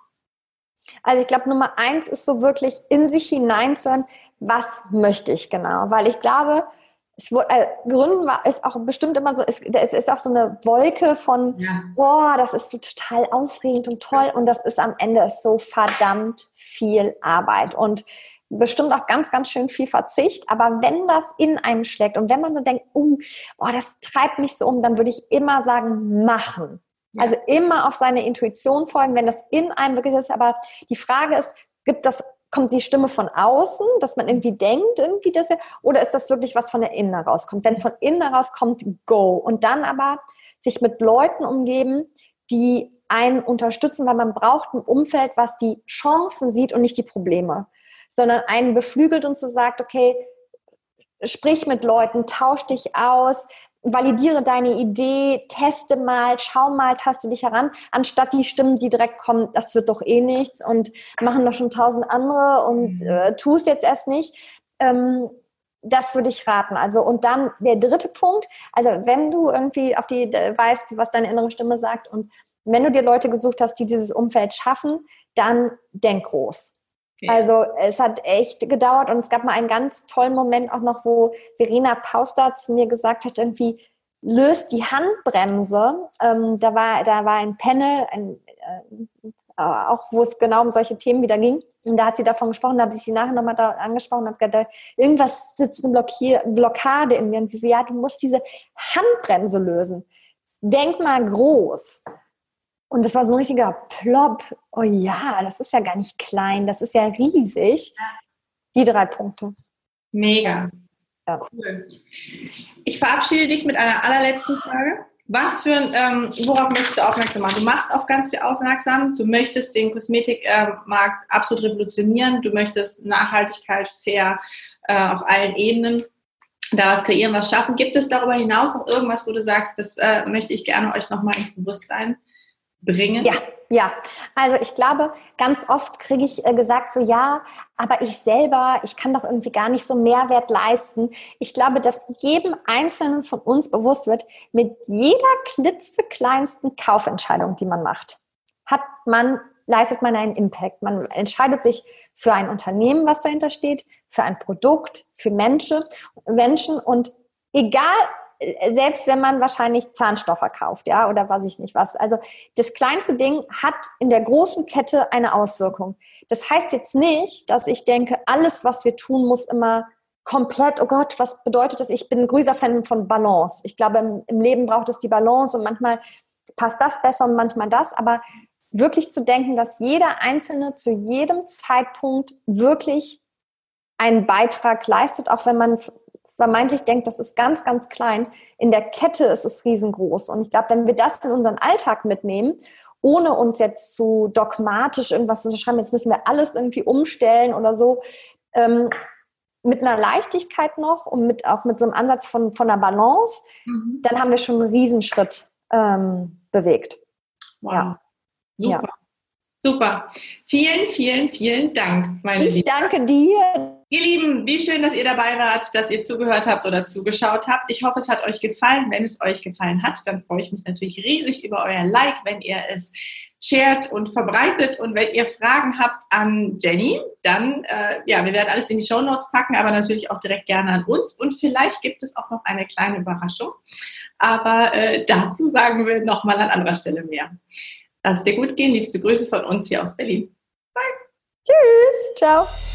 Also ich glaube, Nummer eins ist so wirklich in sich hineinzuhören, was möchte ich genau? Weil ich glaube, es wurde, äh, Gründen war, ist auch bestimmt immer so, es, es ist auch so eine Wolke von, ja. boah, das ist so total aufregend und toll und das ist am Ende ist so verdammt viel Arbeit und bestimmt auch ganz, ganz schön viel Verzicht, aber wenn das in einem schlägt und wenn man so denkt, um, boah, das treibt mich so um, dann würde ich immer sagen, machen. Ja. Also immer auf seine Intuition folgen, wenn das in einem wirklich ist, aber die Frage ist, gibt das kommt die Stimme von außen, dass man irgendwie denkt, irgendwie das ja, oder ist das wirklich was von der Innen herauskommt? Wenn es von innen herauskommt, go. Und dann aber sich mit Leuten umgeben, die einen unterstützen, weil man braucht ein Umfeld, was die Chancen sieht und nicht die Probleme, sondern einen beflügelt und so sagt, okay, sprich mit Leuten, tausch dich aus, validiere deine Idee, teste mal, schau mal, taste dich heran, anstatt die Stimmen, die direkt kommen, das wird doch eh nichts und machen doch schon tausend andere und mhm. äh, tu es jetzt erst nicht. Ähm, das würde ich raten. Also und dann der dritte Punkt, also wenn du irgendwie auf die äh, weißt, was deine innere Stimme sagt und wenn du dir Leute gesucht hast, die dieses Umfeld schaffen, dann denk groß. Also es hat echt gedauert und es gab mal einen ganz tollen Moment auch noch, wo Verena Pauster zu mir gesagt hat, irgendwie löst die Handbremse. Ähm, da war da war ein Panel, ein, äh, auch wo es genau um solche Themen wieder ging. Und da hat sie davon gesprochen, da habe ich sie nachher nochmal da angesprochen und habe gesagt, irgendwas sitzt eine Blockier- Blockade in mir. Und sie so, ja, du musst diese Handbremse lösen. Denk mal groß. Und das war so ein richtiger Plop. Oh ja, das ist ja gar nicht klein, das ist ja riesig. Die drei Punkte. Mega. Ja. Cool. Ich verabschiede dich mit einer allerletzten Frage. Was für ein, ähm, worauf möchtest du aufmerksam machen? Du machst auf ganz viel aufmerksam. Du möchtest den Kosmetikmarkt absolut revolutionieren. Du möchtest Nachhaltigkeit, fair äh, auf allen Ebenen da was kreieren, was schaffen. Gibt es darüber hinaus noch irgendwas, wo du sagst, das äh, möchte ich gerne euch nochmal ins Bewusstsein bringen? Ja, ja. Also ich glaube, ganz oft kriege ich äh, gesagt so, ja, aber ich selber, ich kann doch irgendwie gar nicht so Mehrwert leisten. Ich glaube, dass jedem Einzelnen von uns bewusst wird, mit jeder klitzekleinsten Kaufentscheidung, die man macht, hat man, leistet man einen Impact. Man entscheidet sich für ein Unternehmen, was dahinter steht, für ein Produkt, für Menschen, Menschen und egal, selbst wenn man wahrscheinlich Zahnstocher kauft, ja, oder weiß ich nicht was. Also das kleinste Ding hat in der großen Kette eine Auswirkung. Das heißt jetzt nicht, dass ich denke, alles, was wir tun, muss immer komplett, oh Gott, was bedeutet das? Ich bin ein größer Fan von Balance. Ich glaube, im, im Leben braucht es die Balance und manchmal passt das besser und manchmal das, aber wirklich zu denken, dass jeder Einzelne zu jedem Zeitpunkt wirklich einen Beitrag leistet, auch wenn man vermeintlich denkt, das ist ganz, ganz klein. In der Kette ist es riesengroß. Und ich glaube, wenn wir das in unseren Alltag mitnehmen, ohne uns jetzt zu dogmatisch irgendwas zu unterschreiben, jetzt müssen wir alles irgendwie umstellen oder so, ähm, mit einer Leichtigkeit noch und mit, auch mit so einem Ansatz von, von einer Balance, mhm. dann haben wir schon einen Riesenschritt ähm, bewegt. Wow. Ja. Super. Ja. Super. Vielen, vielen, vielen Dank, meine Ich Lieben. danke dir. Ihr Lieben, wie schön, dass ihr dabei wart, dass ihr zugehört habt oder zugeschaut habt. Ich hoffe, es hat euch gefallen. Wenn es euch gefallen hat, dann freue ich mich natürlich riesig über euer Like, wenn ihr es shared und verbreitet. Und wenn ihr Fragen habt an Jenny, dann, äh, ja, wir werden alles in die Shownotes packen, aber natürlich auch direkt gerne an uns. Und vielleicht gibt es auch noch eine kleine Überraschung. Aber äh, dazu sagen wir nochmal an anderer Stelle mehr. Lass es dir gut gehen. Liebste Grüße von uns hier aus Berlin. Bye. Tschüss. Ciao.